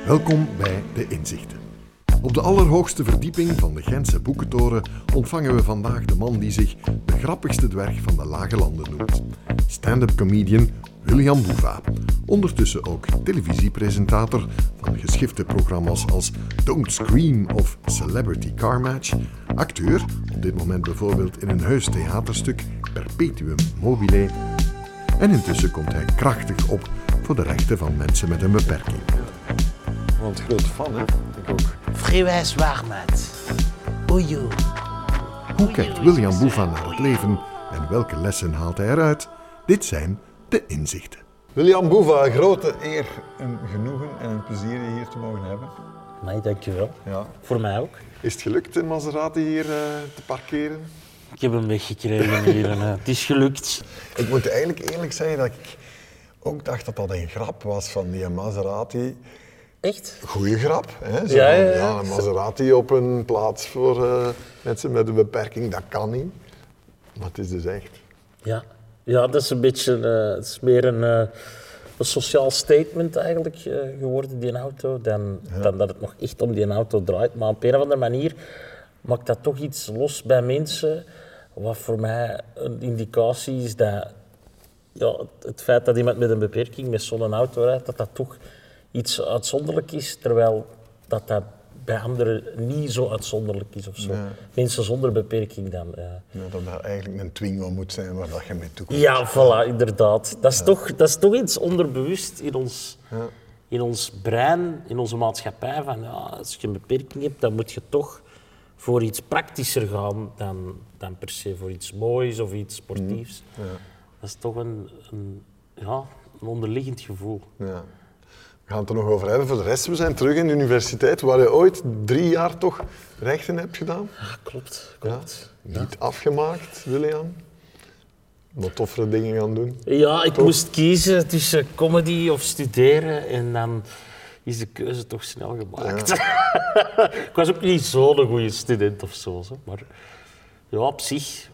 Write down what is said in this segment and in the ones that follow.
Welkom bij De Inzichten. Op de allerhoogste verdieping van de Gentse Boekentoren ontvangen we vandaag de man die zich de grappigste dwerg van de Lage Landen noemt. Stand-up comedian William Boeva. Ondertussen ook televisiepresentator van geschifte programma's als Don't Scream of Celebrity Car Match. Acteur, op dit moment bijvoorbeeld in een heus theaterstuk Perpetuum Mobile. En intussen komt hij krachtig op voor de rechten van mensen met een beperking. Want groot fan, hè? Ik ook. Vrijwijs waar, maat. Oei. Hoe kijkt William Boeva naar het leven en welke lessen haalt hij eruit? Dit zijn De Inzichten. William Boeva, een grote eer, een genoegen en een plezier je hier te mogen hebben. Nee, dankjewel. Ja. Voor mij ook. Is het gelukt in Maserati hier te parkeren? Ik heb hem weggekregen hier en het is gelukt. Ik moet eigenlijk eerlijk zeggen dat ik ook dacht dat dat een grap was van die Maserati. Echt? Goeie grap, hè? Zo Ja, van, ja, ja. Een Maserati op een plaats voor mensen met een beperking, dat kan niet. Maar het is dus echt. Ja, dat is een beetje, het is meer een sociaal statement eigenlijk geworden, die auto, dan dat het nog echt om die auto draait. Maar op een of andere manier maakt dat toch iets los bij mensen, wat voor mij een indicatie is dat het feit dat iemand met een beperking met zo'n auto rijdt, dat toch iets uitzonderlijk is, terwijl dat bij anderen niet zo uitzonderlijk is of zo. Ja. Mensen zonder beperking dan. Ja. Ja, dat dat eigenlijk een twingo moet zijn waar dat je mee toekomt. Ja, voilà, inderdaad. Dat is toch iets onderbewust in ons brein, in onze maatschappij, van als je een beperking hebt, dan moet je toch voor iets praktischer gaan dan per se voor iets moois of iets sportiefs. Ja. Dat is toch een onderliggend gevoel. Ja. We gaan het er nog over hebben. Voor de rest, we zijn terug in de universiteit, waar je ooit 3 jaar toch rechten hebt gedaan. Ja, klopt. Ja, niet afgemaakt, William. Wat toffere dingen gaan doen. Ja, ik moest kiezen tussen comedy of studeren en dan is de keuze toch snel gemaakt. Ja. Ik was ook niet zo'n goede student of zo, maar ja, op zich.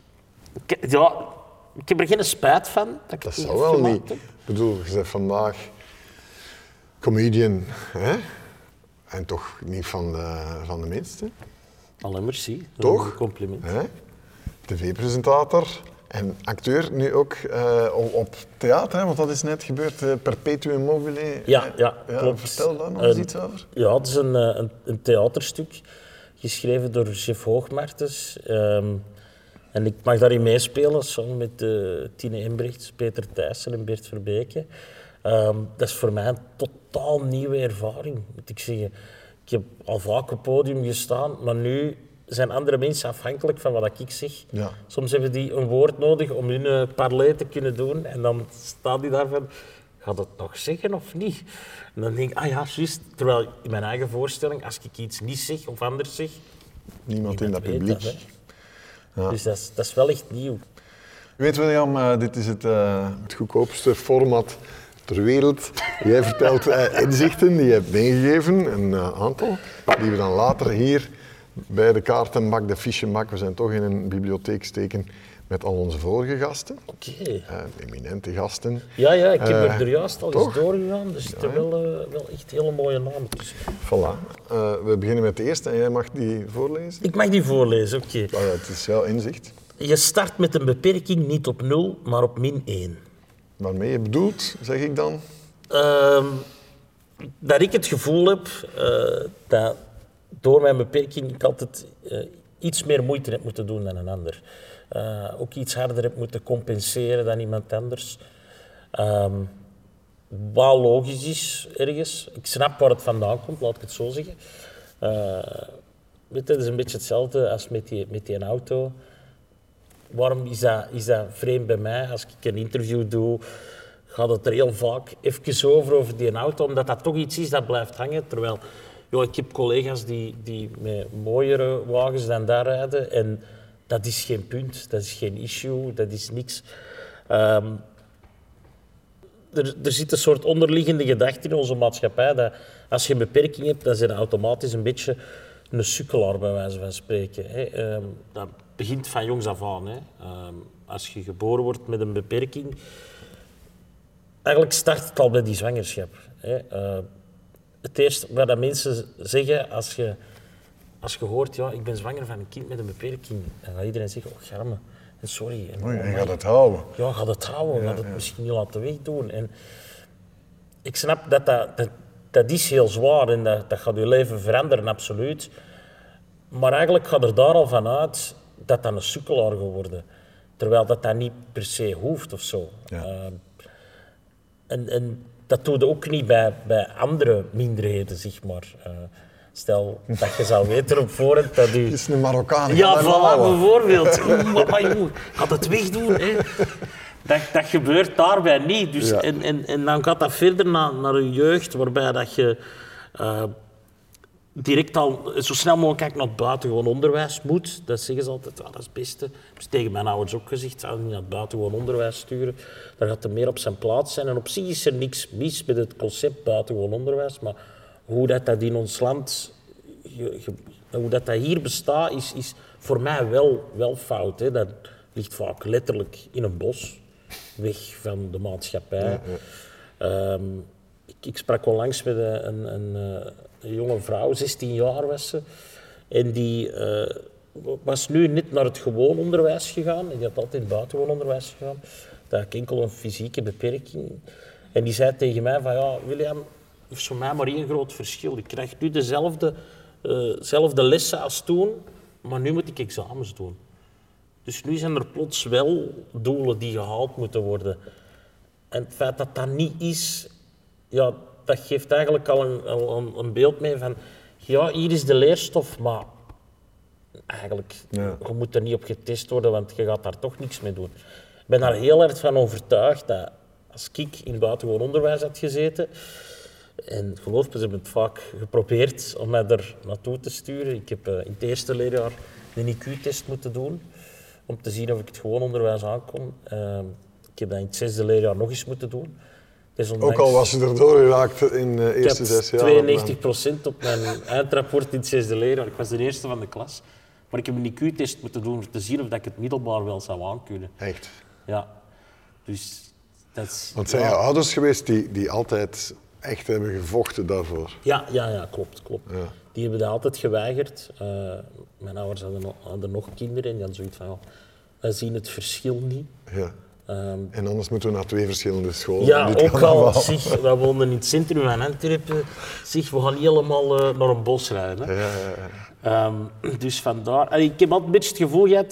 Ik heb er geen spijt van. Dat zou wel niet. Ik bedoel, je bent vandaag comedian, hè? En toch niet van de minste. Allee, merci. Toch? Een compliment. Hè? TV-presentator en acteur, nu ook op theater, hè? Want dat is net gebeurd, Perpetuum Mobile. Ja, klopt. Vertel daar nog eens iets over. Ja, het is een theaterstuk, geschreven door Jeff Hoogmartens. En ik mag daarin meespelen, samen met Tine Embrechts, Peter Thijssen en Bert Verbeke. Dat is voor mij een totaal nieuwe ervaring, moet ik zeggen. Ik heb al vaak op het podium gestaan, maar nu zijn andere mensen afhankelijk van wat ik zeg. Ja. Soms hebben die een woord nodig om hun parley te kunnen doen en dan staat die daar van, gaat het nog zeggen of niet? En dan denk ik, juist. Terwijl in mijn eigen voorstelling, als ik iets niet zeg of anders zeg, niemand in dat publiek. Dat, ja. Dus dat is wel echt nieuw. Je weet, William, dit is het goedkoopste format ter wereld. Jij vertelt inzichten die je hebt meegegeven, een aantal, die we dan later hier bij de kaartenbak, de fichebak, we zijn toch in een bibliotheek steken met al onze vorige gasten. Oké. Eminente gasten. Ja, ik heb er juist al toch? eens doorgegaan, dus er zitten wel echt hele mooie namen tussen. Voilà. We beginnen met de eerste en jij mag die voorlezen. Ik mag die voorlezen, oké. Het is jouw inzicht. Je start met een beperking niet op 0, maar op -1. Waarmee je bedoelt, zeg ik dan? Dat ik het gevoel heb dat door mijn beperking ik altijd iets meer moeite heb moeten doen dan een ander. Ook iets harder heb moeten compenseren dan iemand anders. Wat logisch is, ergens. Ik snap waar het vandaan komt, laat ik het zo zeggen. Het is een beetje hetzelfde als met die auto. Waarom is dat vreemd bij mij? Als ik een interview doe, gaat het er heel vaak even over die auto, omdat dat toch iets is dat blijft hangen. Terwijl ik heb collega's die met mooiere wagens dan daar rijden en dat is geen punt, dat is geen issue, dat is niks. Er zit een soort onderliggende gedachte in onze maatschappij dat als je een beperking hebt, dan zijn je automatisch een beetje een sukkelaar, bij wijze van spreken. Dat begint van jongs af aan. Als je geboren wordt met een beperking, eigenlijk start het al bij die zwangerschap. het eerste wat dat mensen zeggen als je hoort, ja, ik ben zwanger van een kind met een beperking, dan gaat iedereen zeggen, oh garme, en sorry. En gaat het houden. Ja, gaat het houden, gaat het misschien niet laten wegdoen. En ik snap dat is heel zwaar en dat gaat je leven veranderen, absoluut. Maar eigenlijk gaat er daar al van uit dat dat een sukkelaar gaat worden. Terwijl dat niet per se hoeft of zo. Ja. En dat doe je ook niet bij andere minderheden, zeg maar. Stel dat je zou weten op voorhand dat u... Het is een Marokkaan. Ja, voilà, bijvoorbeeld. Gaat het wegdoen, hè? Dat gebeurt daarbij niet. Dus, Ja. en dan gaat dat verder naar je jeugd, waarbij dat je direct al zo snel mogelijk naar het buitengewoon onderwijs moet. Dat zeggen ze altijd, dat is het beste. Ik heb tegen mijn ouders ook gezegd, zou niet naar het buitengewoon onderwijs sturen. Daar gaat er meer op zijn plaats zijn. En op zich is er niks mis met het concept buitengewoon onderwijs, maar hoe dat in ons land, hoe dat hier bestaat, is voor mij wel fout. Hè. Dat ligt vaak letterlijk in een bos, weg van de maatschappij. Ja. Ik sprak onlangs met een jonge vrouw, 16 jaar was ze, en die was nu net naar het gewoon onderwijs gegaan. Die had altijd in het buitengewoon onderwijs gegaan. Dat had enkel een fysieke beperking. En die zei tegen mij van, ja, William, er is voor mij maar één groot verschil. Ik krijg nu dezelfde lessen als toen, maar nu moet ik examens doen. Dus nu zijn er plots wel doelen die gehaald moeten worden. En het feit dat dat niet is, ja, dat geeft eigenlijk al een beeld mee van, ja, hier is de leerstof, maar eigenlijk, je moet er niet op getest worden, want je gaat daar toch niks mee doen. Ik ben daar heel erg van overtuigd dat als ik in buitengewoon onderwijs had gezeten, en geloof me, ze hebben het vaak geprobeerd om mij er naartoe te sturen. Ik heb in het eerste leerjaar een IQ-test moeten doen, om te zien of ik het gewoon onderwijs aankon. Ik heb dat in het zesde leerjaar nog eens moeten doen. Ook al was je erdoor geraakt in de eerste 6 jaar. Ik had 92% op mijn eindrapport in het zesde leerjaar. Ik was de eerste van de klas. Maar ik heb een IQ-test moeten doen om te zien of ik het middelbaar wel zou aankunnen. Echt? Ja. Dus dat is... Want zijn jouw ouders geweest die altijd echt hebben gevochten daarvoor? Ja, klopt. Ja. Die hebben dat altijd geweigerd. Mijn ouders hadden nog kinderen en die hadden zoiets van, ja, wij zien het verschil niet. Ja. En anders moeten we naar 2 verschillende scholen. Ja, ook al. Wij woonden in het centrum van Antwerpen. We gaan niet helemaal naar een bos rijden. Ja. Dus vandaar. En ik heb altijd een beetje het gevoel gehad,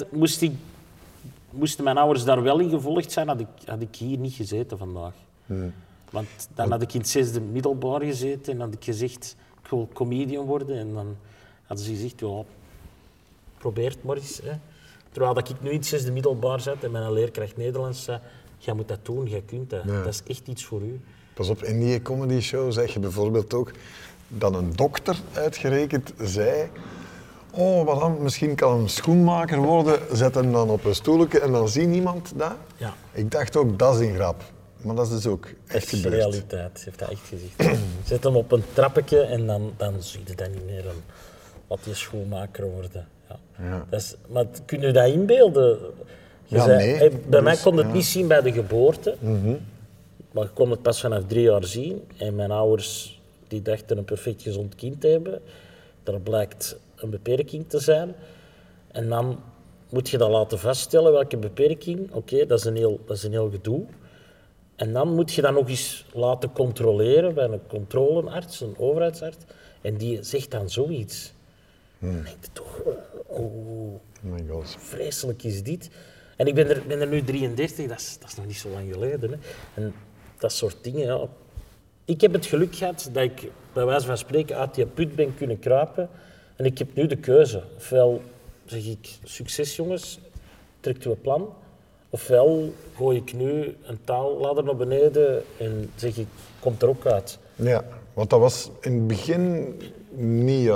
moesten mijn ouders daar wel in gevolgd zijn, had ik hier niet gezeten vandaag. Want dan had ik in het zesde middelbaar gezeten en had ik gezegd, ik wil comedian worden. En dan hadden ze gezegd, ja, probeer het maar eens. Hè. Terwijl dat ik nu in het zesde middelbaar zat en mijn leerkracht Nederlands zei, jij moet dat doen, jij kunt dat. Ja. Dat is echt iets voor u. Pas op, in die comedy show zeg je bijvoorbeeld ook dat een dokter uitgerekend zei, oh, wat dan, misschien kan een schoenmaker worden, zet hem dan op een stoeltje en dan ziet niemand dat. Ja. Ik dacht ook, dat is een grap. Maar dat is dus ook echt gebeurd. Dat is realiteit, ze heeft dat echt gezegd. Zet hem op een trappetje en dan zie je dat niet meer. Dan laat je schoenmaker worden. Ja. Maar kun je dat inbeelden? Nee. Bij mij kon het niet zien bij de geboorte, maar ik kon het pas vanaf 3 jaar zien. En mijn ouders die dachten een perfect gezond kind te hebben. Dat blijkt een beperking te zijn. En dan moet je dat laten vaststellen, welke beperking. Oké, dat is een heel gedoe. En dan moet je dat nog eens laten controleren bij een controlearts, een overheidsarts. En die zegt dan zoiets. Dan denk je toch, oh my God. Vreselijk is dit. En ik ben er nu 33, dat is nog niet zo lang geleden. Hè. En dat soort dingen, ja. Ik heb het geluk gehad dat ik bij wijze van spreken uit die put ben kunnen kruipen. En ik heb nu de keuze. Ofwel zeg ik, succes jongens, trekt uw plan. Ofwel gooi ik nu een touwladder naar beneden en zeg ik, komt er ook uit. Ja, want dat was in het begin niet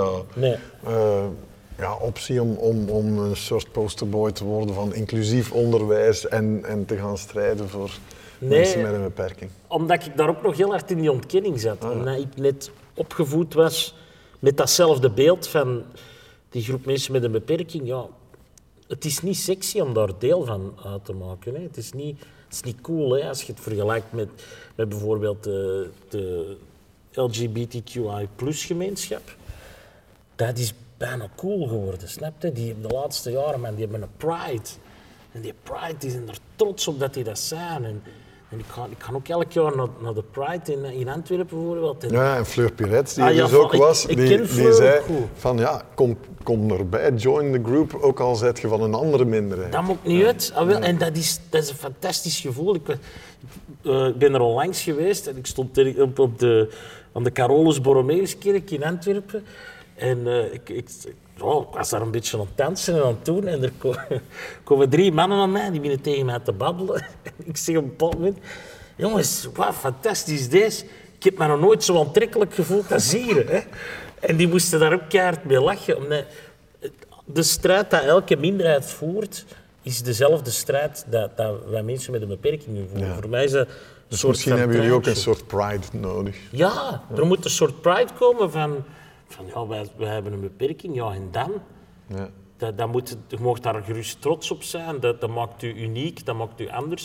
optie om een soort posterboy te worden van inclusief onderwijs en te gaan strijden voor mensen met een beperking. Omdat ik daar ook nog heel hard in die ontkenning zat. Omdat ik net opgevoed was met datzelfde beeld van die groep mensen met een beperking. Ja, het is niet sexy om daar deel van uit te maken. Hè. Het is niet cool hè, als je het vergelijkt met bijvoorbeeld de LGBTQI+-gemeenschap. Dat is bijna cool geworden, snap je? Die hebben de laatste jaren, man, die hebben een pride. En die pride, die zijn er trots op dat die dat zijn. En ik ga ook elk jaar naar de Pride in Antwerpen bijvoorbeeld. Ja, en Fleur Piret, die er dus ook was, die zei van ja, kom erbij, join the group, ook al zet je van een andere minderheid. Dat maakt niet uit. En dat is een fantastisch gevoel. Ik ben er al langs geweest en ik stond aan de Carolus Borromeuskerk in Antwerpen. En ik was daar een beetje aan het dansen en aan het doen. En er komen 3 mannen aan mij, die beginnen tegen mij te babbelen. Ik zeg op een bepaald moment, jongens, wat fantastisch deze. Ik heb me nog nooit zo aantrekkelijk gevoeld als hier. Hè. En die moesten daar ook keihard mee lachen. Omdat de strijd dat elke minderheid voert, is dezelfde strijd dat wij mensen met een beperking voeren. Ja. Voor mij is dat een soort misschien hebben jullie ook een soort pride nodig. Ja, er moet een soort pride komen van ja, wij hebben een beperking, ja, en dan? Ja. Je mag daar gerust trots op zijn, dat maakt u uniek, dat maakt u anders.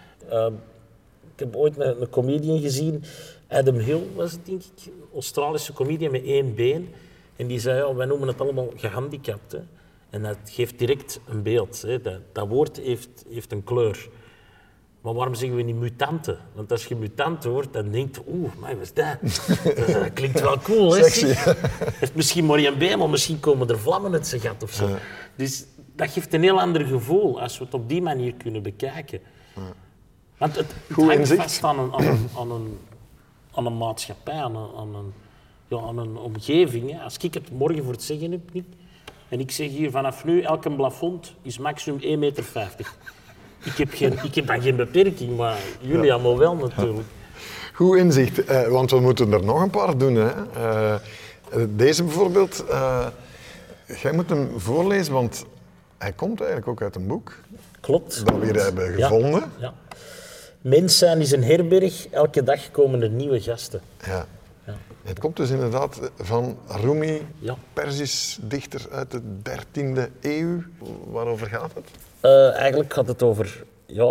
Ik heb ooit een comedian gezien, Adam Hill was het, denk ik, een Australische comedian met 1 been. En die zei, ja, wij noemen het allemaal gehandicapt. Hè. En dat geeft direct een beeld. Hè. Dat woord heeft een kleur. Maar waarom zeggen we niet mutanten? Want als je mutant hoort, dan denk je, wat is dat? Dat klinkt wel cool, hè? Sexy. Heeft misschien maar 1 been, maar misschien komen er vlammen uit zijn gat of zo. Ja. Dus dat geeft een heel ander gevoel als we het op die manier kunnen bekijken. Ja. Want het hangt vast aan een maatschappij, aan een omgeving. Hè. Als ik het morgen voor het zeggen heb, Nick, en ik zeg hier vanaf nu, elke plafond is maximum 1,50 meter. Ik heb dan geen beperking, maar jullie allemaal wel natuurlijk. Goed inzicht, want we moeten er nog een paar doen. Hè. Deze bijvoorbeeld, jij moet hem voorlezen, want hij komt eigenlijk ook uit een boek. Klopt. Dat we hier hebben gevonden. Ja. Mens zijn is een herberg, elke dag komen er nieuwe gasten. Ja. Ja. Het komt dus inderdaad van Rumi, Perzisch dichter uit de 13e eeuw. Waarover gaat het? Eigenlijk gaat het over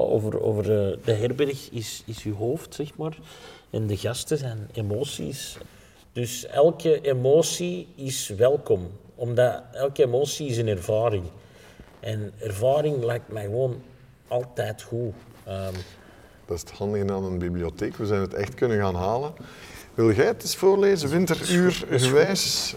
de herberg is uw hoofd, zeg maar. En de gasten zijn emoties. Dus elke emotie is welkom. Omdat elke emotie is een ervaring. En ervaring lijkt mij gewoon altijd goed. Dat is het handige aan een bibliotheek. We zijn het echt kunnen gaan halen. Wil jij het eens voorlezen, winteruur gewijs?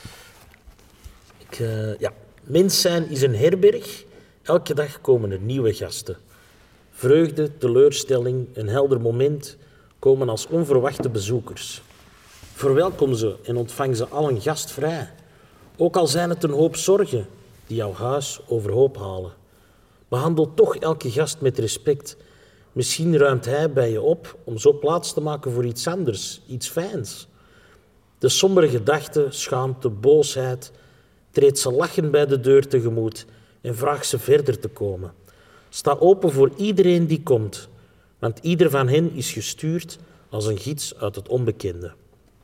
Mens zijn is een herberg. Elke dag komen er nieuwe gasten. Vreugde, teleurstelling, een helder moment komen als onverwachte bezoekers. Verwelkom ze en ontvang ze allen gastvrij. Ook al zijn het een hoop zorgen die jouw huis overhoop halen. Behandel toch elke gast met respect. Misschien ruimt hij bij je op om zo plaats te maken voor iets anders, iets fijns. De sombere gedachten, schaamte, boosheid, treed ze lachend bij de deur tegemoet en vraag ze verder te komen. Sta open voor iedereen die komt, want ieder van hen is gestuurd als een gids uit het onbekende.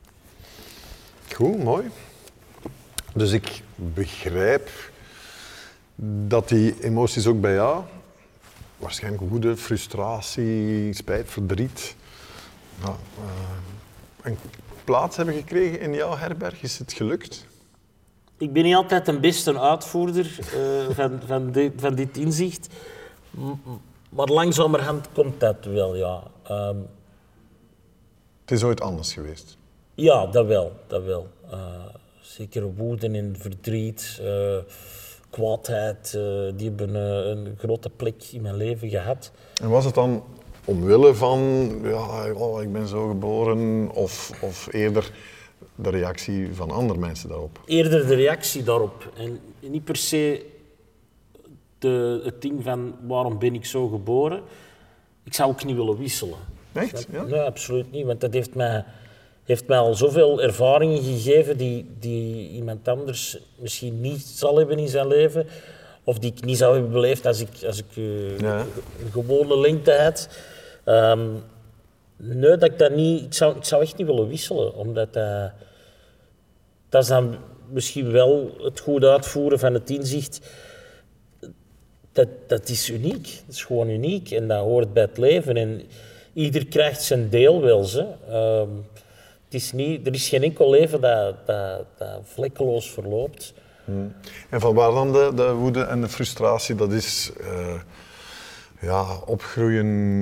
Goed, mooi. Dus ik begrijp dat die emoties ook bij jou, waarschijnlijk woede, frustratie, spijt, verdriet, een plaats hebben gekregen in jouw herberg. Is het gelukt? Ik ben niet altijd de beste uitvoerder van dit inzicht, maar langzamerhand komt dat wel, ja. Het is ooit anders geweest? Ja, dat wel. Zeker woede en verdriet, kwaadheid, die hebben een grote plek in mijn leven gehad. En was het dan omwille van, ik ben zo geboren, of eerder de reactie van andere mensen daarop? Eerder de reactie daarop. En niet per se het ding van waarom ben ik zo geboren. Ik zou ook niet willen wisselen. Echt? Ja? Nee, absoluut niet. Want dat heeft mij al zoveel ervaringen gegeven die iemand anders misschien niet zal hebben in zijn leven. Of die ik niet zou hebben beleefd als ik een gewone lengte had. Nee, dat ik dat niet... Ik zou echt niet willen wisselen. Omdat dat is dan misschien wel het goed uitvoeren van het inzicht. Dat is uniek. Dat is gewoon uniek. En dat hoort bij het leven. En ieder krijgt zijn deel wel. er is geen enkel leven dat vlekkeloos verloopt. En van waar dan de woede en de frustratie? Dat is opgroeien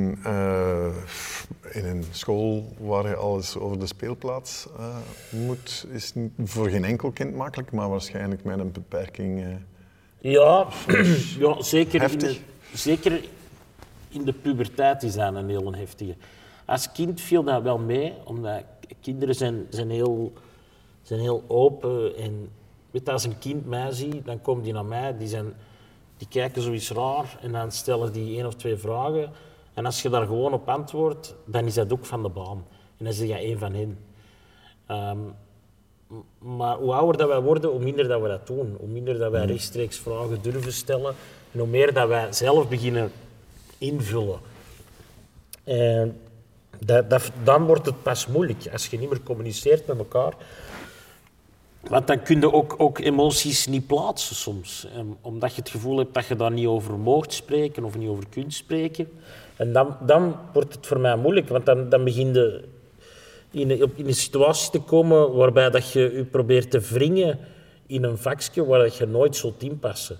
in een school waar je alles over de speelplaats moet. Is voor geen enkel kind makkelijk, maar waarschijnlijk met een beperking. Ja, zeker. Heftig. Zeker in de puberteit is dat een heel heftige. Als kind viel dat wel mee, omdat kinderen zijn heel open. En weet, als een kind mij ziet, dan komt die naar mij, die kijken zoiets raar en dan stellen die 1 of 2 vragen. En als je daar gewoon op antwoordt, dan is dat ook van de baan. En dan zeg je één van hen. Maar hoe ouder dat wij worden, hoe minder dat we dat doen. Hoe minder dat wij rechtstreeks vragen durven stellen. En hoe meer dat wij zelf beginnen invullen. En dan wordt het pas moeilijk, als je niet meer communiceert met elkaar. Want dan kun je ook emoties niet plaatsen soms. Omdat je het gevoel hebt dat je daar niet over mag spreken of niet over kunt spreken. En dan wordt het voor mij moeilijk, want dan begin je in een situatie te komen waarbij dat je je probeert te wringen in een vakje waar dat je nooit zult inpassen.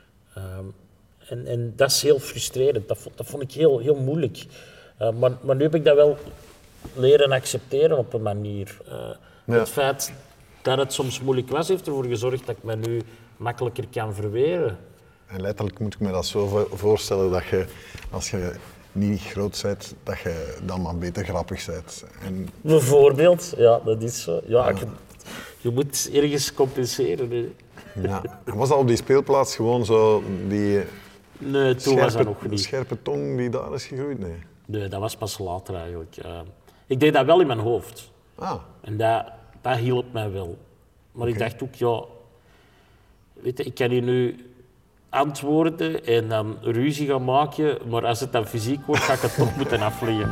En dat is heel frustrerend. Dat vond ik heel, heel moeilijk. Maar nu heb ik dat wel leren accepteren op een manier. Het feit dat het soms moeilijk was, heeft ervoor gezorgd dat ik me nu makkelijker kan verweren. En letterlijk moet ik me dat zo voorstellen dat je, als je niet groot bent, dat je dan maar beter grappig bent. En... Bijvoorbeeld, ja, dat is zo. Ja, je moet ergens compenseren. Hè. Ja. En was dat op die speelplaats gewoon zo die nee, toen was dat nog niet. Scherpe tong die daar is gegroeid? Nee, dat was pas later eigenlijk. Ik deed dat wel in mijn hoofd. En dat hielp mij wel. Maar ik dacht ook, weet je, ik kan hier nu antwoorden en dan ruzie gaan maken, maar als het dan fysiek wordt, ga ik het toch moeten afleggen.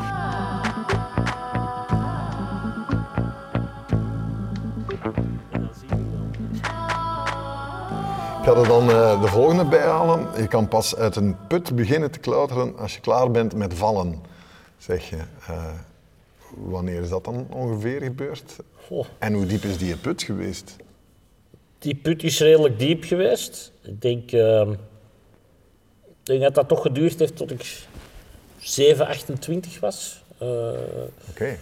Ik ga er dan de volgende bijhalen. Je kan pas uit een put beginnen te klauteren als je klaar bent met vallen, zeg je. Wanneer is dat dan ongeveer gebeurd? En hoe diep is die put geweest? Die put is redelijk diep geweest. Ik denk dat dat toch geduurd heeft tot ik 7, 28 was. Oké.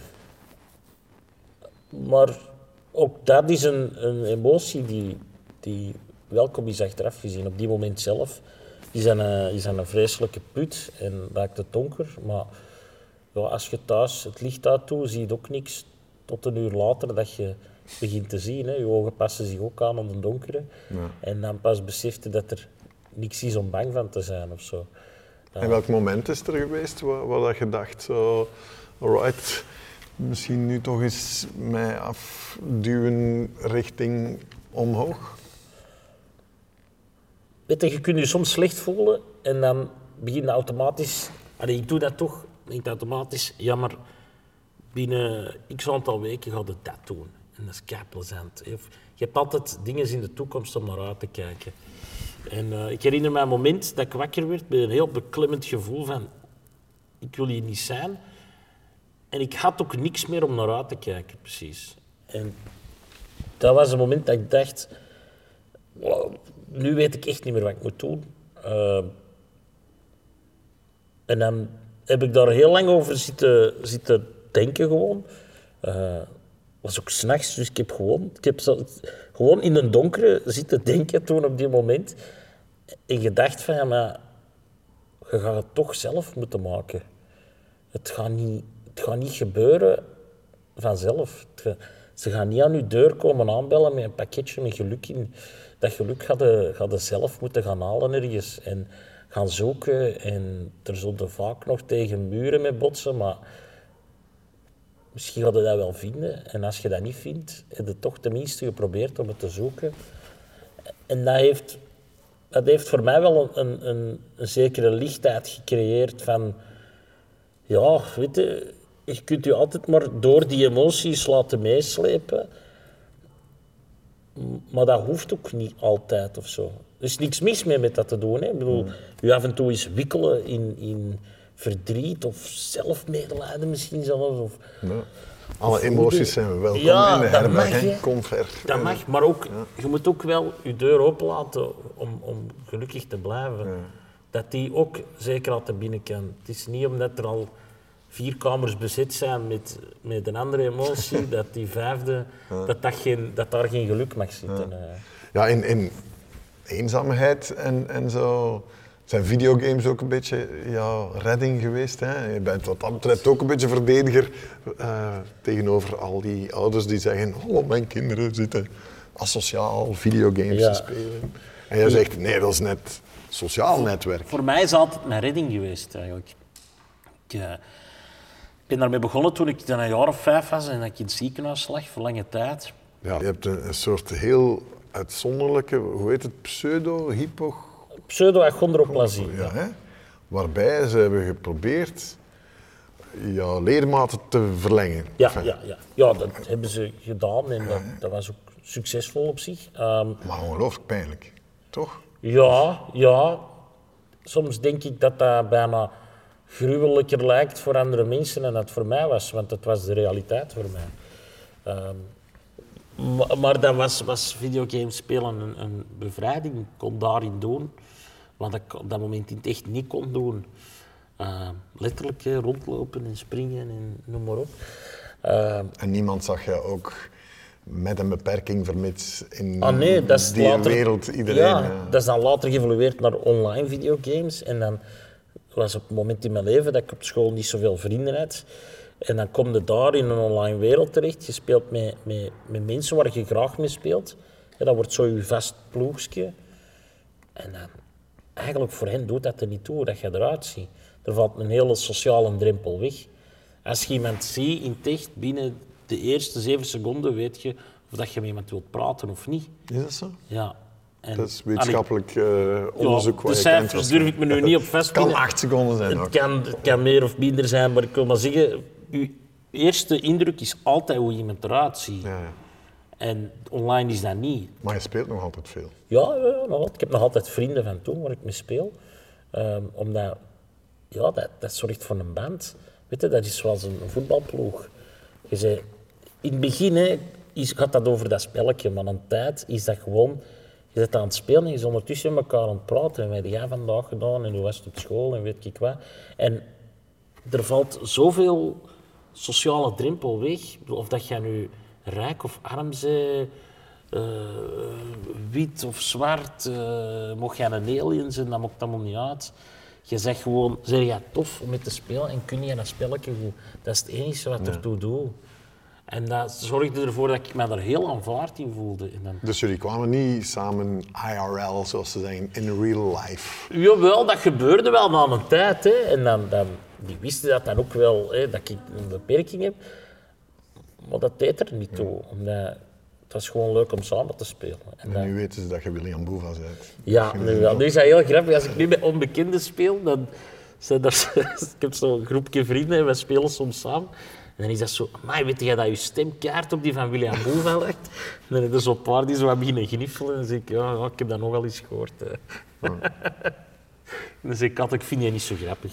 Maar ook dat is een emotie die welkom is achteraf gezien. Op die moment zelf is dat een vreselijke put en raakt het donker. Maar ja, als je thuis het licht uit doet, zie je ook niks tot een uur later dat je begint te zien. Hè. Je ogen passen zich ook aan de donkere. Ja. En dan pas beseft je dat er niks is om bang van te zijn of zo. En welk moment is er geweest waar je dacht, zo, alright, misschien nu toch eens mij afduwen richting omhoog? Weet je kunt je soms slecht voelen en dan begin je automatisch... ik doe dat toch, denk automatisch, ja maar binnen x aantal weken gaat het dat doen. En dat is kei plezant. Je hebt altijd dingen in de toekomst om naar uit te kijken. En ik herinner me een moment dat ik wakker werd met een heel beklemmend gevoel van ik wil hier niet zijn. En ik had ook niks meer om naar uit te kijken, precies. En dat was een moment dat ik dacht, wow, nu weet ik echt niet meer wat ik moet doen. En dan heb ik daar heel lang over zitten denken gewoon. Was ook 's nachts, dus ik heb gewoon in een donkere zitten denken toen op die moment. En gedacht van, ja, maar je gaat het toch zelf moeten maken. Het gaat niet gebeuren vanzelf. Ze gaan niet aan je deur komen aanbellen met een pakketje met geluk in. Dat geluk gaat je zelf moeten gaan halen ergens en gaan zoeken. En er zullen vaak nog tegen muren mee botsen, maar misschien ga je dat wel vinden. En als je dat niet vindt, heb je toch tenminste geprobeerd om het te zoeken. En dat heeft voor mij wel een zekere lichtheid gecreëerd van... Ja, weet je kunt je altijd maar door die emoties laten meeslepen. Maar dat hoeft ook niet altijd of zo. Er is niks mis mee met dat te doen. Hè. Ik bedoel, je af en toe eens wikkelen in verdriet of zelfmedelijden misschien zelfs. Of, Ja. Alle emoties zijn welkom Ja, in de dat herberg. mag, hè. hè. Kom ver. Dat mag, maar ook, je moet ook wel je deur openlaten om gelukkig te blijven. Dat die ook zeker altijd binnen kan. Het is niet omdat er al 4 kamers bezet zijn met een andere emotie, dat die 5e, dat daar geen geluk mag zitten. Ja, in eenzaamheid en zo zijn videogames ook een beetje redding geweest. Hè? Je bent wat dat betreft ook een beetje verdediger tegenover al die ouders die zeggen oh, mijn kinderen zitten asociaal videogames te spelen. En jij zegt nee, dat is net sociaal netwerk. Voor mij is het altijd mijn redding geweest eigenlijk. Ik ben daarmee begonnen toen ik dan een jaar of 5 was en dat ik in het ziekenhuis lag voor lange tijd. Ja, je hebt een soort heel uitzonderlijke, hoe heet het, Pseudo-achondroplasie. Ja, hè? Waarbij ze hebben geprobeerd jouw ledematen te verlengen. Ja, dat hebben ze gedaan en dat was ook succesvol op zich. Maar ongelooflijk pijnlijk, toch? Ja. Soms denk ik dat dat bijna gruwelijker lijkt voor andere mensen dan dat voor mij was, want dat was de realiteit voor mij. Maar dan was videogames spelen een bevrijding. Ik kon daarin doen wat ik op dat moment in het echt niet kon doen. Letterlijk rondlopen en springen en noem maar op. En niemand zag je ook met een beperking vermits in dat is die later, wereld iedereen... Ja, dat is dan later geëvolueerd naar online videogames. En dan was op het moment in mijn leven dat ik op school niet zoveel vrienden had. En dan kom je daar in een online wereld terecht. Je speelt met mensen waar je graag mee speelt. En dat wordt zo je vast ploegje. En dan, eigenlijk voor hen doet dat er niet toe, dat je eruit ziet. Er valt een hele sociale drempel weg. Als je iemand ziet in het echt, binnen de eerste 7 seconden weet je of dat je met iemand wilt praten of niet. Is dat zo? Ja. En, Dat is wetenschappelijk onderzoek de waar je cijfers kent. durf ik me nu niet op Het vastpinnen. kan 8 seconden zijn ook. Het kan meer of minder zijn, maar ik wil maar zeggen, je eerste indruk is altijd hoe iemand eruit ziet. Ja. En online is dat niet. Maar je speelt nog altijd veel. Ja, ik heb nog altijd vrienden van toen waar ik mee speel. Omdat, dat zorgt voor een band. Weet je, dat is zoals een voetbalploeg. Je zei, in het begin gaat dat over dat spelletje, maar aan tijd is dat gewoon... Je zit aan het spelen en je is ondertussen met elkaar aan het praten. En wat heb jij vandaag gedaan en hoe was het op school en weet ik wat. En er valt zoveel sociale drempel weg. Of dat je nu rijk of arm bent, wit of zwart, mocht jij een alien zijn, dat maakt allemaal niet uit. Je zegt gewoon, zeg jij tof om mee te spelen en kun je dat spelletje goed. Dat is het enige wat ertoe doet. En dat zorgde ervoor dat ik me daar heel aanvaard in voelde. En dan... Dus jullie kwamen niet samen IRL, zoals ze zeggen, in real life? Jawel, dat gebeurde wel na een tijd. Hè. En dan, die wisten dat dan ook wel, dat ik een beperking heb. Maar dat deed er niet toe. Omdat het was gewoon leuk om samen te spelen. En nu weten ze dat je William Boeva bent. Ja, nu wel. Nu is dat heel grappig. Als ik nu met onbekenden speel, dan zijn er... ik heb zo'n groepje vrienden en wij spelen soms samen. En dan is dat zo, amai, weet jij dat je stemkaart op die van William Boeva ligt? En dan zijn er zo'n paar die zo wat beginnen gniffelen. En dan zeg ik, ja, ik heb dat nog wel eens gehoord. En dan zeg ik altijd, ik vind je niet zo grappig.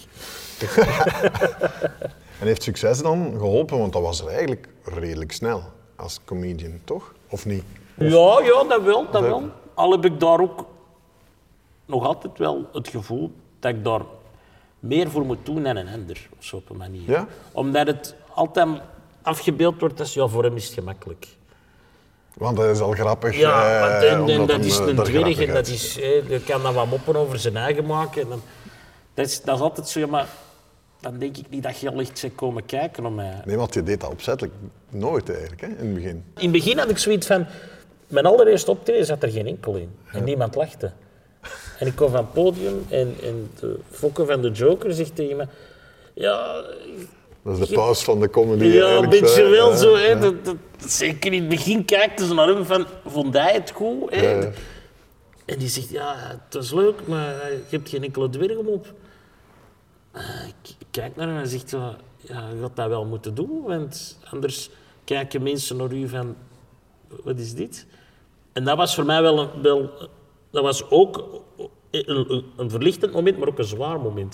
En heeft succes dan geholpen? Want dat was er eigenlijk redelijk snel als comedian, toch? Of niet? Ja, dat wel. Al heb ik daar ook nog altijd wel het gevoel dat ik daar meer voor moet doen dan een ander, of zo op een manier. Ja? Omdat het altijd afgebeeld wordt als, ja, voor hem is het gemakkelijk. Want dat is al grappig. Ja, want omdat dat hem, is een daar dwerg grappig en dat is, je kan dan wat moppen over zijn eigen maken. En dan, dat is altijd zo, ja, maar dan denk ik niet dat je al echt zou komen kijken om mij. Nee, want je deed dat opzettelijk nooit eigenlijk, hè, in het begin. In het begin had ik zoiets van, mijn allereerste optreden zat er geen enkel in. En niemand lachte. En ik kom van het podium en de fokker van de Joker zegt tegen me, ja... Dat is de paus van de comedy. Ja, een beetje wel ja, zo. Hè. ja. Zeker in het begin kijkten ze naar hem van, vond hij het goed? Hè? Ja. En die zegt, ja, het is leuk, maar je hebt geen enkele dwerg op. Ik kijk naar hem en zegt, ja, je gaat dat wel moeten doen, want anders kijken mensen naar u van, wat is dit? En dat was voor mij dat was ook een verlichtend moment, maar ook een zwaar moment.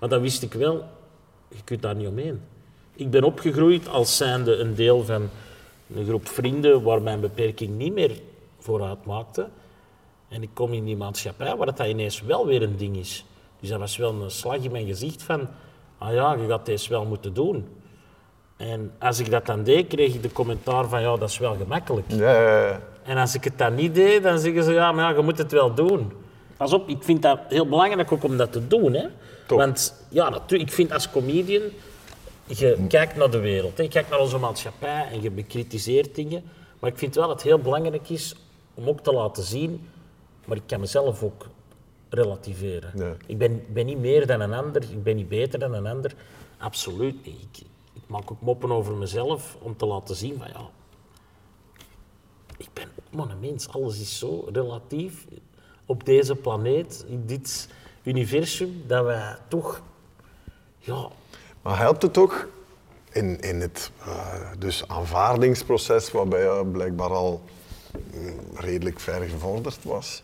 Maar dan wist ik wel, je kunt daar niet omheen. Ik ben opgegroeid als zijnde een deel van een groep vrienden waar mijn beperking niet meer vooruit maakte. En ik kom in die maatschappij waar dat ineens wel weer een ding is. Dus dat was wel een slag in mijn gezicht van, ah ja, je gaat deze wel moeten doen. En als ik dat dan deed, kreeg ik de commentaar van, ja, dat is wel gemakkelijk. Ja. En als ik het dan niet deed, dan zeggen ze, ja, maar ja, je moet het wel doen. Pas op, ik vind dat heel belangrijk ook om dat te doen. Hè? Want ja, ik vind als comedian, je kijkt naar de wereld, hè? Je kijkt naar onze maatschappij en je bekritiseert dingen. Maar ik vind wel dat het heel belangrijk is om ook te laten zien, maar ik kan mezelf ook relativeren. Ja. Ik ben niet meer dan een ander, ik ben niet beter dan een ander. Absoluut niet. Ik maak ook moppen over mezelf om te laten zien van ja, ik ben ook maar een mens. Alles is zo relatief op deze planeet, in dit universum, dat wij toch, ja... Maar helpt het ook in het dus aanvaardingsproces, waarbij je blijkbaar al redelijk ver gevorderd was,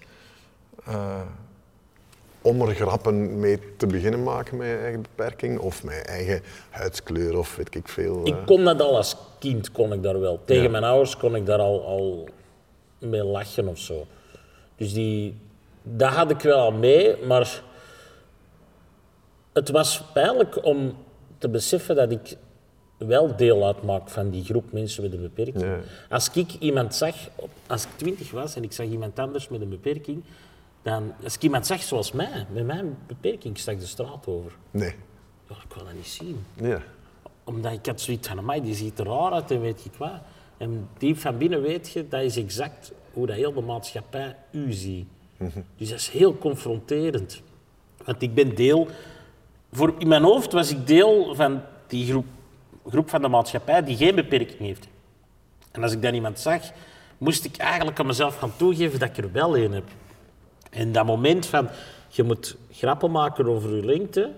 om er grappen mee te beginnen maken met je eigen beperking, of met je eigen huidskleur, of weet ik veel? Ik kon dat al als kind, kon ik daar wel. Tegen mijn ouders kon ik daar al mee lachen of zo. Dus dat had ik wel al mee, maar het was pijnlijk om te beseffen dat ik wel deel uitmaak van die groep mensen met een beperking. Ja. Als ik iemand zag, als ik 20 was en ik zag iemand anders met een beperking, dan, als ik iemand zag zoals mij, met mijn beperking, stak ik de straat over. Nee. Ja, ik wil dat niet zien. Ja. Omdat ik had zoiets van, amai, die ziet er raar uit en weet ik wat. En diep van binnen weet je, dat is exact hoe dat heel de maatschappij u ziet. Dus dat is heel confronterend. Want ik ben deel... In mijn hoofd was ik deel van die groep van de maatschappij die geen beperking heeft. En als ik dan iemand zag, moest ik eigenlijk aan mezelf gaan toegeven dat ik er wel een heb. En dat moment van, je moet grappen maken over je lengte,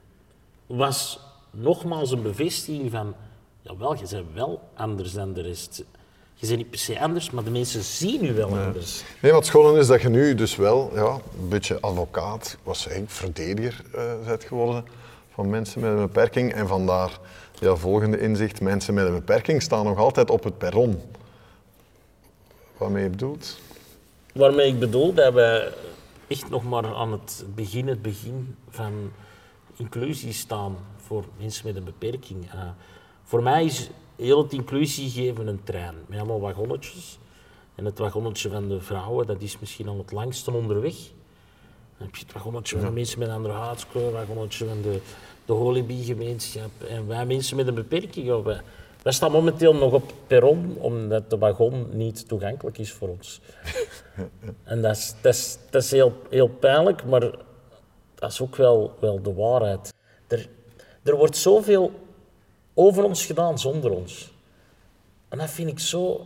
was nogmaals een bevestiging van, jawel, je bent wel anders dan de rest. Je bent niet per se anders, maar de mensen zien u wel anders. Nee, wat schoon is dat je nu dus wel een beetje advocaat, was eigenlijk verdediger bent geworden van mensen met een beperking. En vandaar volgende inzicht, mensen met een beperking staan nog altijd op het perron. Waarmee je bedoelt? Waarmee ik bedoel dat we echt nog maar aan het begin van inclusie staan voor mensen met een beperking. Voor mij is heel het inclusie geven een trein met allemaal wagonnetjes. En het wagonnetje van de vrouwen, dat is misschien al het langste onderweg. Dan heb je het wagonnetje van mensen met een andere huidskleur, het wagonnetje van de Holibi-gemeenschap. En wij mensen met een beperking, wij staan momenteel nog op het perron, omdat de wagon niet toegankelijk is voor ons. En dat is heel pijnlijk, maar dat is ook wel de waarheid. Er wordt zoveel over ons gedaan zonder ons. En dat vind ik zo...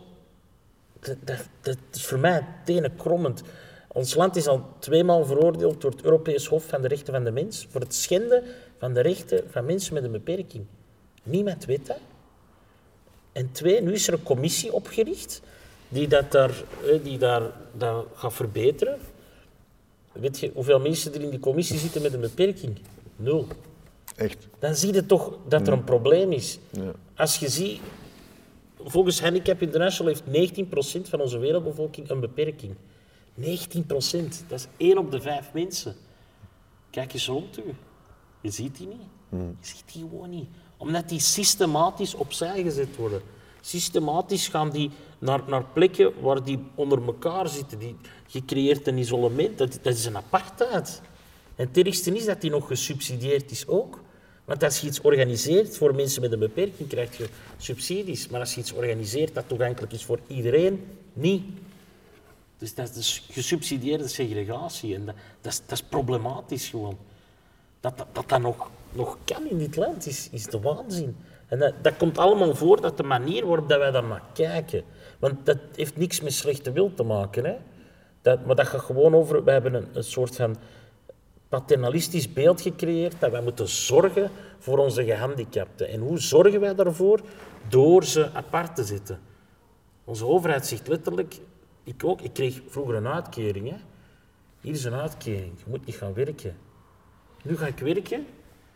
Dat is voor mij tenenkrommend. Ons land is al 2 maal veroordeeld door het Europees Hof van de Rechten van de Mens voor het schenden van de rechten van mensen met een beperking. Niemand weet dat. En 2, nu is er een commissie opgericht die dat gaat verbeteren. Weet je hoeveel mensen er in die commissie zitten met een beperking? 0. Echt? Dan zie je toch dat er een probleem is. Ja. Als je ziet, volgens Handicap International heeft 19% van onze wereldbevolking een beperking. 19%, dat is 1 op de 5 mensen. Kijk eens rond u. Je ziet die niet. Je ziet die gewoon niet. Omdat die systematisch opzij gezet worden. Systematisch gaan die naar plekken waar die onder elkaar zitten. Je creëert een isolement, dat is een apartheid. En het ergste is dat die nog gesubsidieerd is ook. Want als je iets organiseert voor mensen met een beperking, krijg je subsidies. Maar als je iets organiseert dat toegankelijk is voor iedereen, niet. Dus dat is gesubsidieerde segregatie. En dat is problematisch gewoon. Dat nog kan in dit land, is de waanzin. En dat komt allemaal voor dat de manier waarop dat wij daar naar kijken. Want dat heeft niks met slechte wil te maken. Hè? Maar dat gaat gewoon over... We hebben een soort van paternalistisch beeld gecreëerd dat wij moeten zorgen voor onze gehandicapten. En hoe zorgen wij daarvoor? Door ze apart te zetten. Onze overheid zegt letterlijk... Ik kreeg vroeger een uitkering. Hè? Hier is een uitkering. Je moet niet gaan werken. Nu ga ik werken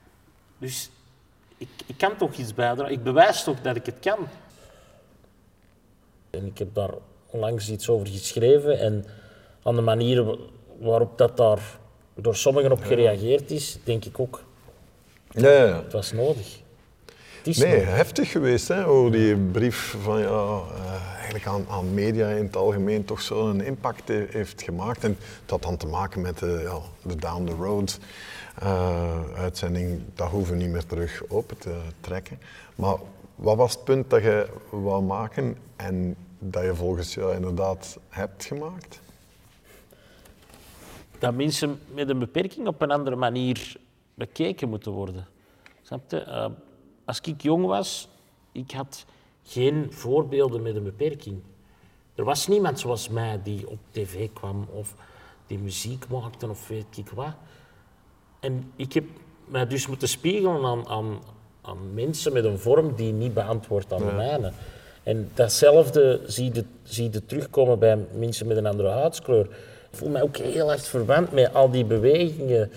Dus ik kan toch iets bijdragen. Ik bewijs toch dat ik het kan. En ik heb daar onlangs iets over geschreven en aan de manier waarop dat daar door sommigen op gereageerd is, denk ik ook. Ja. Het was nodig. Het is Nee, nodig. heftig geweest, hè, hoe die brief van eigenlijk aan media in het algemeen toch zo'n impact heeft gemaakt. En het had dan te maken met de Down the Road uitzending, dat hoeven we niet meer terug open te trekken. Maar wat was het punt dat je wou maken en dat je volgens jou inderdaad hebt gemaakt? Dat mensen met een beperking op een andere manier bekeken moeten worden. Snap je? Als ik jong was, ik had geen voorbeelden met een beperking. Er was niemand zoals mij die op tv kwam of die muziek maakte of weet ik wat. En ik heb mij dus moeten spiegelen aan mensen met een vorm die niet beantwoordt aan de mijne. En datzelfde zie je terugkomen bij mensen met een andere huidskleur. Ik voel mij ook heel erg verwant met al die bewegingen.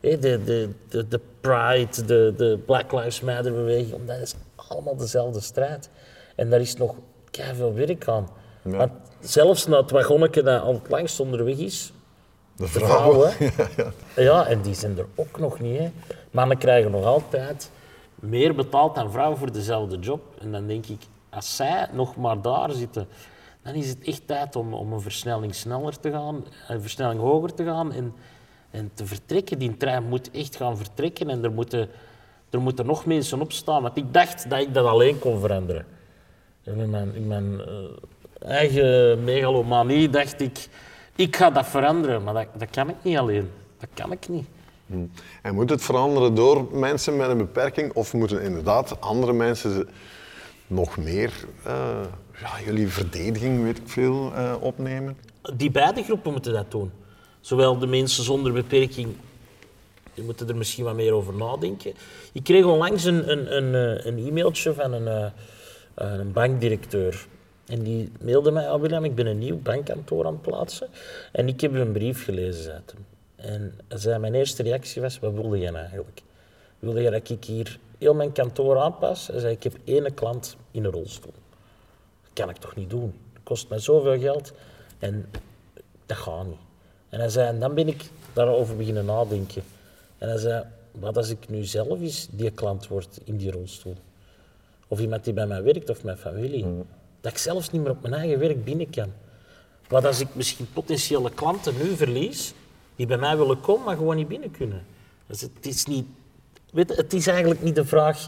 De Pride, de Black Lives Matter beweging. Dat is allemaal dezelfde strijd. En daar is nog veel werk aan. Ja. Want zelfs na het wagonnetje dat al het langst onderweg is, De vrouwen. Ja. Ja, en die zijn er ook nog niet. Hè. Mannen krijgen nog altijd meer betaald dan vrouwen voor dezelfde job. En dan denk ik, als zij nog maar daar zitten, dan is het echt tijd om een versnelling sneller te gaan, een versnelling hoger te gaan en te vertrekken. Die trein moet echt gaan vertrekken en er moeten nog mensen opstaan. Want ik dacht dat ik dat alleen kon veranderen. En in mijn eigen megalomanie dacht ik ga dat veranderen, maar dat kan ik niet alleen. Dat kan ik niet. En moet het veranderen door mensen met een beperking of moeten inderdaad andere mensen nog meer jullie verdediging, weet ik veel, opnemen? Die beide groepen moeten dat doen. Zowel de mensen zonder beperking, die moeten er misschien wat meer over nadenken. Ik kreeg onlangs een e-mailtje van een bankdirecteur. En die mailde mij, William, ik ben een nieuw bankkantoor aan het plaatsen. En ik heb een brief gelezen uit hem. En mijn eerste reactie was, wat wilde jij nou eigenlijk? Wilde jij dat ik hier heel mijn kantoor aanpas? Hij zei, ik heb 1 klant in een rolstoel. Dat kan ik toch niet doen? Dat kost mij zoveel geld en dat gaat niet. En hij zei, en dan ben ik daarover beginnen nadenken. En hij zei, wat als ik nu zelf eens die klant word in die rolstoel? Of iemand die bij mij werkt of mijn familie. Dat ik zelfs niet meer op mijn eigen werk binnen kan. Wat als ik misschien potentiële klanten nu verlies, die bij mij willen komen, maar gewoon niet binnen kunnen. Dus het is niet... Weet je, het is eigenlijk niet de vraag,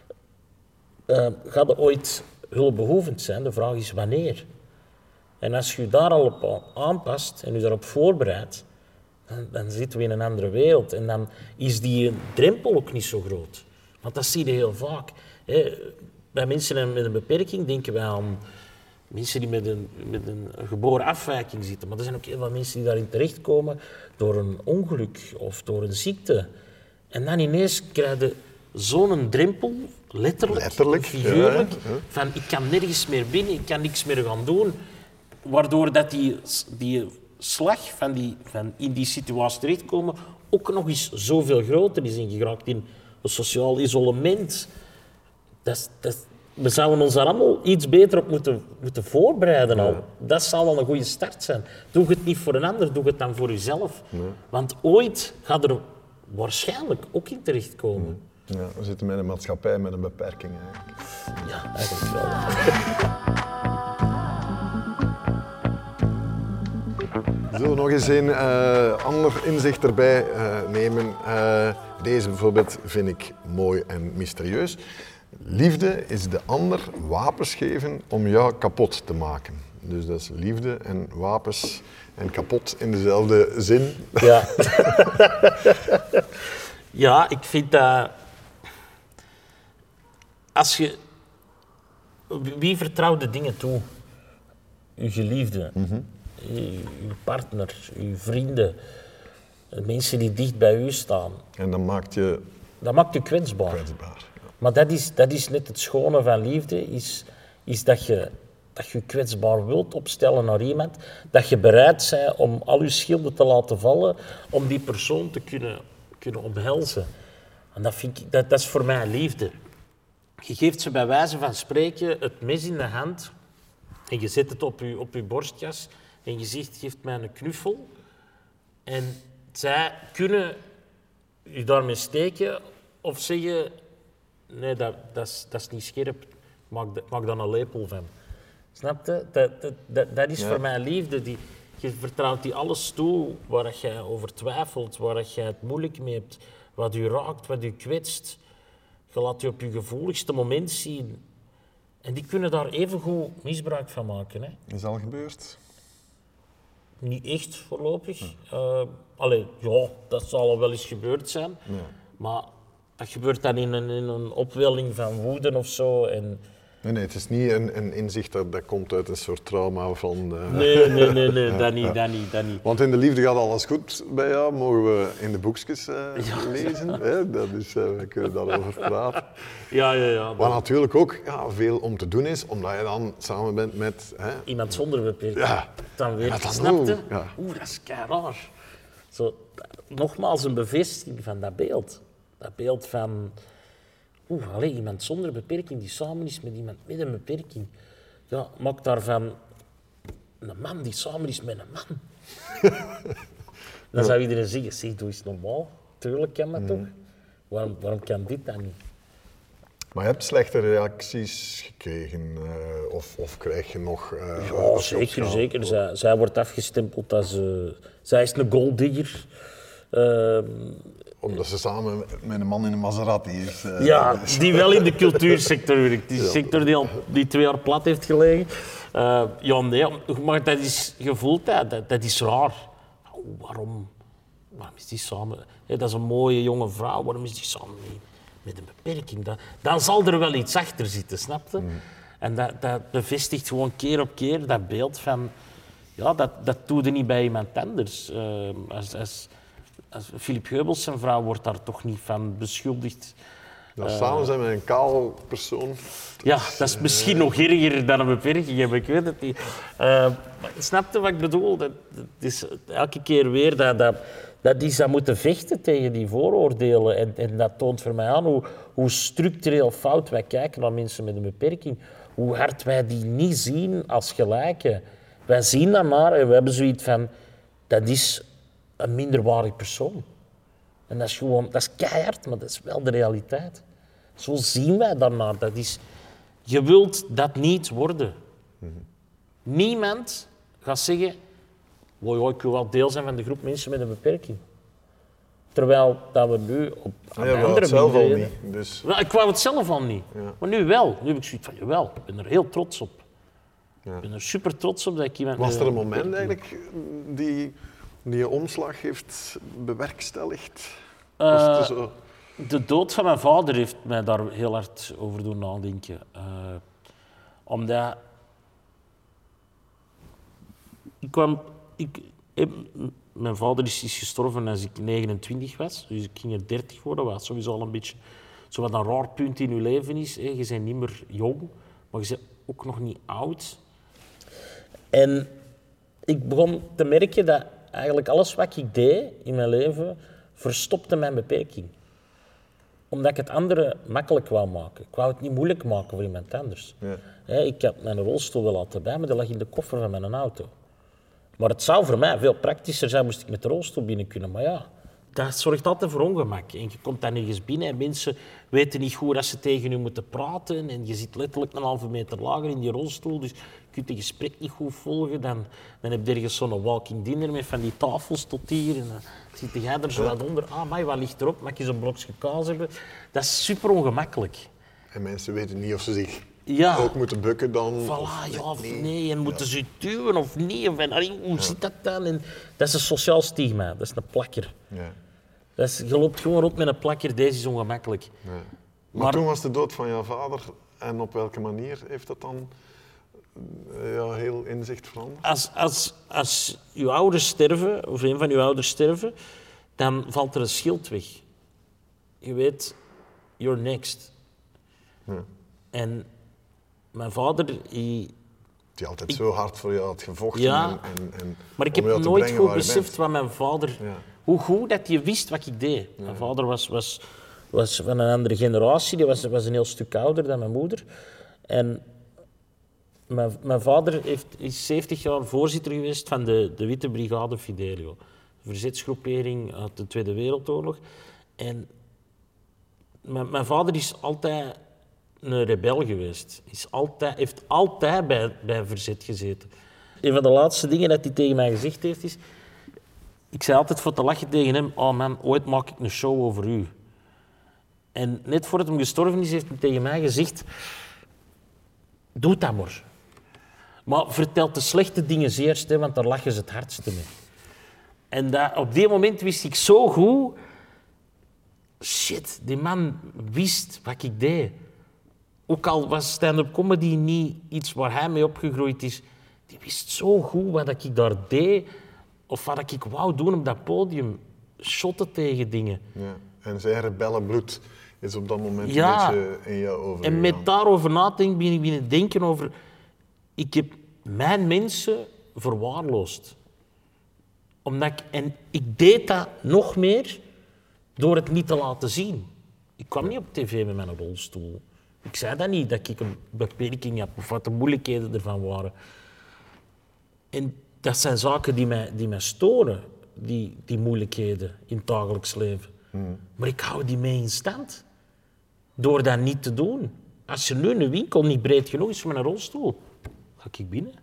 ga je ooit hulpbehoevend zijn? De vraag is wanneer. En als je je daar al op aanpast en je daarop voorbereidt, dan zitten we in een andere wereld. En dan is die drempel ook niet zo groot. Want dat zie je heel vaak. Hè. Bij mensen met een beperking denken wij aan mensen die met een geboren afwijking zitten. Maar er zijn ook heel veel mensen die daarin terechtkomen door een ongeluk of door een ziekte. En dan ineens krijg je zo'n drempel, letterlijk figuurlijk, van ik kan nergens meer binnen, ik kan niks meer gaan doen. Waardoor dat die slag van in die situatie terechtkomen ook nog eens zoveel groter is en geraakt in een sociaal isolement. We zouden ons daar allemaal iets beter op moeten voorbereiden al. Dat zou wel een goede start zijn. Doe het niet voor een ander, doe het dan voor jezelf. Nee. Want ooit gaat er waarschijnlijk ook in terechtkomen. Ja, we zitten met een maatschappij met een beperking eigenlijk. Ja, eigenlijk wel. Zullen we nog eens een ander inzicht erbij nemen? Deze bijvoorbeeld vind ik mooi en mysterieus. Liefde is de ander wapens geven om jou kapot te maken. Dus dat is liefde en wapens en kapot in dezelfde zin. Ja, ja, ik vind dat... Wie vertrouwt de dingen toe? Uw geliefde, uw partner, uw vrienden, mensen die dicht bij u staan. En dat maakt je kwetsbaar. Ja. Maar dat is net het schone van liefde, is dat je kwetsbaar wilt opstellen naar iemand, dat je bereid bent om al je schilden te laten vallen, om die persoon te kunnen omhelzen. En dat is voor mij liefde. Je geeft ze bij wijze van spreken het mes in de hand en je zet het op je borstkas en je zegt, geef mij een knuffel. En zij kunnen je daarmee steken of zeggen, nee, dat is niet scherp, maak dan een lepel van. Snap je? Dat is voor mij liefde. Je vertrouwt die alles toe waar je over twijfelt, waar je het moeilijk mee hebt, wat je raakt, wat je kwetst. Je laat je op je gevoeligste moment zien. En die kunnen daar even goed misbruik van maken. Hè. Is dat al gebeurd? Niet echt voorlopig. Ja, dat zal al wel eens gebeurd zijn. Ja. Maar dat gebeurt dan in een opwelling van woede of zo. En Nee, het is niet een inzicht dat komt uit een soort trauma van... Nee, dat niet. Want in de liefde gaat alles goed bij jou, mogen we in de boekjes lezen. Hè? Dat is, we kunnen daarover praten. Ja. Waar natuurlijk ook veel om te doen is, omdat je dan samen bent met... Iemand zonder beperking. Ja. Dan weer snapte. Dat is raar. Zo, nogmaals een bevestiging van dat beeld. Dat beeld van... iemand zonder beperking die samen is met iemand met een beperking. Ja, maak daarvan een man die samen is met een man. Dan zou iedereen zeggen, zeg, doe eens normaal. Tuurlijk kan dat toch? Waarom kan dit dan niet? Maar je hebt slechte reacties gekregen of krijg je nog... ja, zeker. Zij wordt afgestempeld als... zij is een golddigger. Omdat ze samen met een man in een Maserati is. Die wel in de cultuursector werkt. Die sector die 2 jaar plat heeft gelegen. Maar dat is gevoeld, dat is raar. Waarom is die samen... dat is een mooie jonge vrouw, waarom is die samen met een beperking? Dan zal er wel iets achter zitten, snap je? En dat bevestigt gewoon keer op keer dat beeld van... Ja, dat doe je niet bij iemand anders. Als Philip Geubels, zijn vrouw, wordt daar toch niet van beschuldigd. Samen zijn met een kaal persoon. Ja, dat is misschien nog erger dan een beperking, ik weet het niet. Snap je wat ik bedoel? Dat is elke keer weer dat die zou moeten vechten tegen die vooroordelen. En dat toont voor mij aan hoe structureel fout wij kijken naar mensen met een beperking. Hoe hard wij die niet zien als gelijken. Wij zien dat maar en we hebben zoiets van... Dat is een minderwaardig persoon. En dat is keihard, maar dat is wel de realiteit. Zo zien wij daarnaar. Je wilt dat niet worden. Niemand gaat zeggen... ik wil wel deel zijn van de groep mensen met een beperking. Terwijl dat we nu op andere zelf al niet. Dus... Wel, ik wou het zelf al niet. Ja. Maar nu wel. Nu heb ik zoiets van, jawel, ik ben er heel trots op. Ja. Ik ben er super trots op dat ik iemand... Was er een moment eigenlijk die je omslag heeft bewerkstelligd? Zo? De dood van mijn vader heeft mij daar heel hard over doen nadenken. Omdat... Mijn vader is gestorven als ik 29 was, dus ik ging er 30 worden, wat sowieso al een beetje zo wat een raar punt in je leven is. Je bent niet meer jong, maar je bent ook nog niet oud. En ik begon te merken dat eigenlijk alles wat ik deed in mijn leven verstopte mijn beperking. Omdat ik het andere makkelijk wou maken. Ik wou het niet moeilijk maken voor iemand anders. Ja. Ik had mijn rolstoel wel altijd bij me, die lag in de koffer van mijn auto. Maar het zou voor mij veel praktischer zijn, moest ik met de rolstoel binnen kunnen. Maar ja, dat zorgt altijd voor ongemak. En je komt dan ergens binnen en mensen weten niet goed dat ze tegen je moeten praten. En je zit letterlijk 1,5 meter lager in die rolstoel, dus je kunt het gesprek niet goed volgen. Dan heb je ergens zo'n walking dinner met van die tafels tot hier. En dan zit jij er zo wat onder. Maar wat ligt erop? Mag je zo'n blokje kaas hebben? Dat is super ongemakkelijk. En mensen weten niet of ze zich... Ja. Ook moeten bukken dan? Voilà, ja of nee. En moeten ze duwen of niet? Hoe zit dat dan? En dat is een sociaal stigma. Dat is een plakker. Ja. Je loopt gewoon rond met een plakker. Deze is ongemakkelijk. Ja. Maar toen was de dood van jouw vader. En op welke manier heeft dat dan heel inzicht veranderd? Als je ouders sterven, of een van je ouders sterven, dan valt er een schild weg. Je weet, you're next. Ja. En... Mijn vader... Die altijd zo hard voor jou had gevochten. Ja, maar ik heb nooit goed beseft wat mijn vader... Ja. Hoe goed dat hij wist wat ik deed. Ja. Mijn vader was was van een andere generatie, die was een heel stuk ouder dan mijn moeder. En mijn vader is 70 jaar voorzitter geweest van de Witte Brigade Fidelio. Een verzetsgroepering uit de Tweede Wereldoorlog. En mijn vader is altijd een rebel geweest. Heeft altijd bij verzet gezeten. Een van de laatste dingen dat hij tegen mij gezegd heeft is... Ik zei altijd voor te lachen tegen hem... Oh man, ooit maak ik een show over u. En net voordat hij gestorven is, heeft hij tegen mij gezegd... Doe dat maar. Maar vertel de slechte dingen eerst, hè, want daar lachen ze het hardste mee. En op die moment wist ik zo goed... Shit, die man wist wat ik deed. Ook al was stand-up comedy niet iets waar hij mee opgegroeid is... Die wist zo goed wat ik daar deed... Of wat ik wou doen op dat podium. Shotten tegen dingen. Ja. En zijn rebellenbloed is op dat moment een beetje in jou overgegaan. En met daarover nadenken ben ik beginnen denken over... Ik heb mijn mensen verwaarloosd. En ik deed dat nog meer door het niet te laten zien. Ik kwam niet op tv met mijn rolstoel. Ik zei dat niet, dat ik een beperking had of wat de moeilijkheden ervan waren. En dat zijn zaken die mij storen, die moeilijkheden in het dagelijks leven. Maar ik hou die mee in stand. Door dat niet te doen. Als er nu een winkel niet breed genoeg is voor mijn rolstoel, ga ik binnen.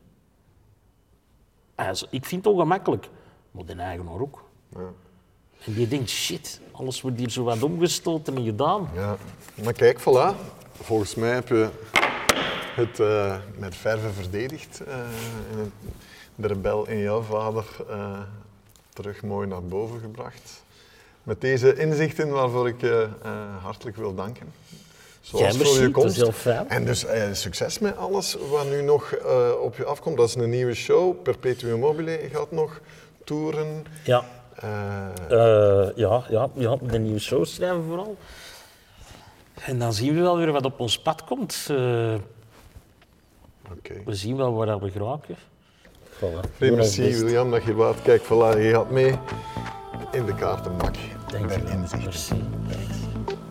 Also, ik vind het ongemakkelijk, maar de eigenaar ook. Ja. En die denkt, shit, alles wordt hier zo wat omgestoten en gedaan. Ja, maar kijk, voilà. Volgens mij heb je het met verve verdedigd. En de rebel in jouw vader terug mooi naar boven gebracht. Met deze inzichten waarvoor ik je hartelijk wil danken. Zoals merci, voor je komst. dat is heel fijn. En dus succes met alles wat nu nog op je afkomt. Dat is een nieuwe show. Perpetuum mobile gaat nog toeren. Ja. De nieuwe show schrijven vooral. En dan zien we wel weer wat op ons pad komt. Okay. We zien wel waar we geraken. Voilà. Merci William dat je waard. Kijk, voilà, je gaat mee in de kaartenbak. Dank je. Inzicht. Merci.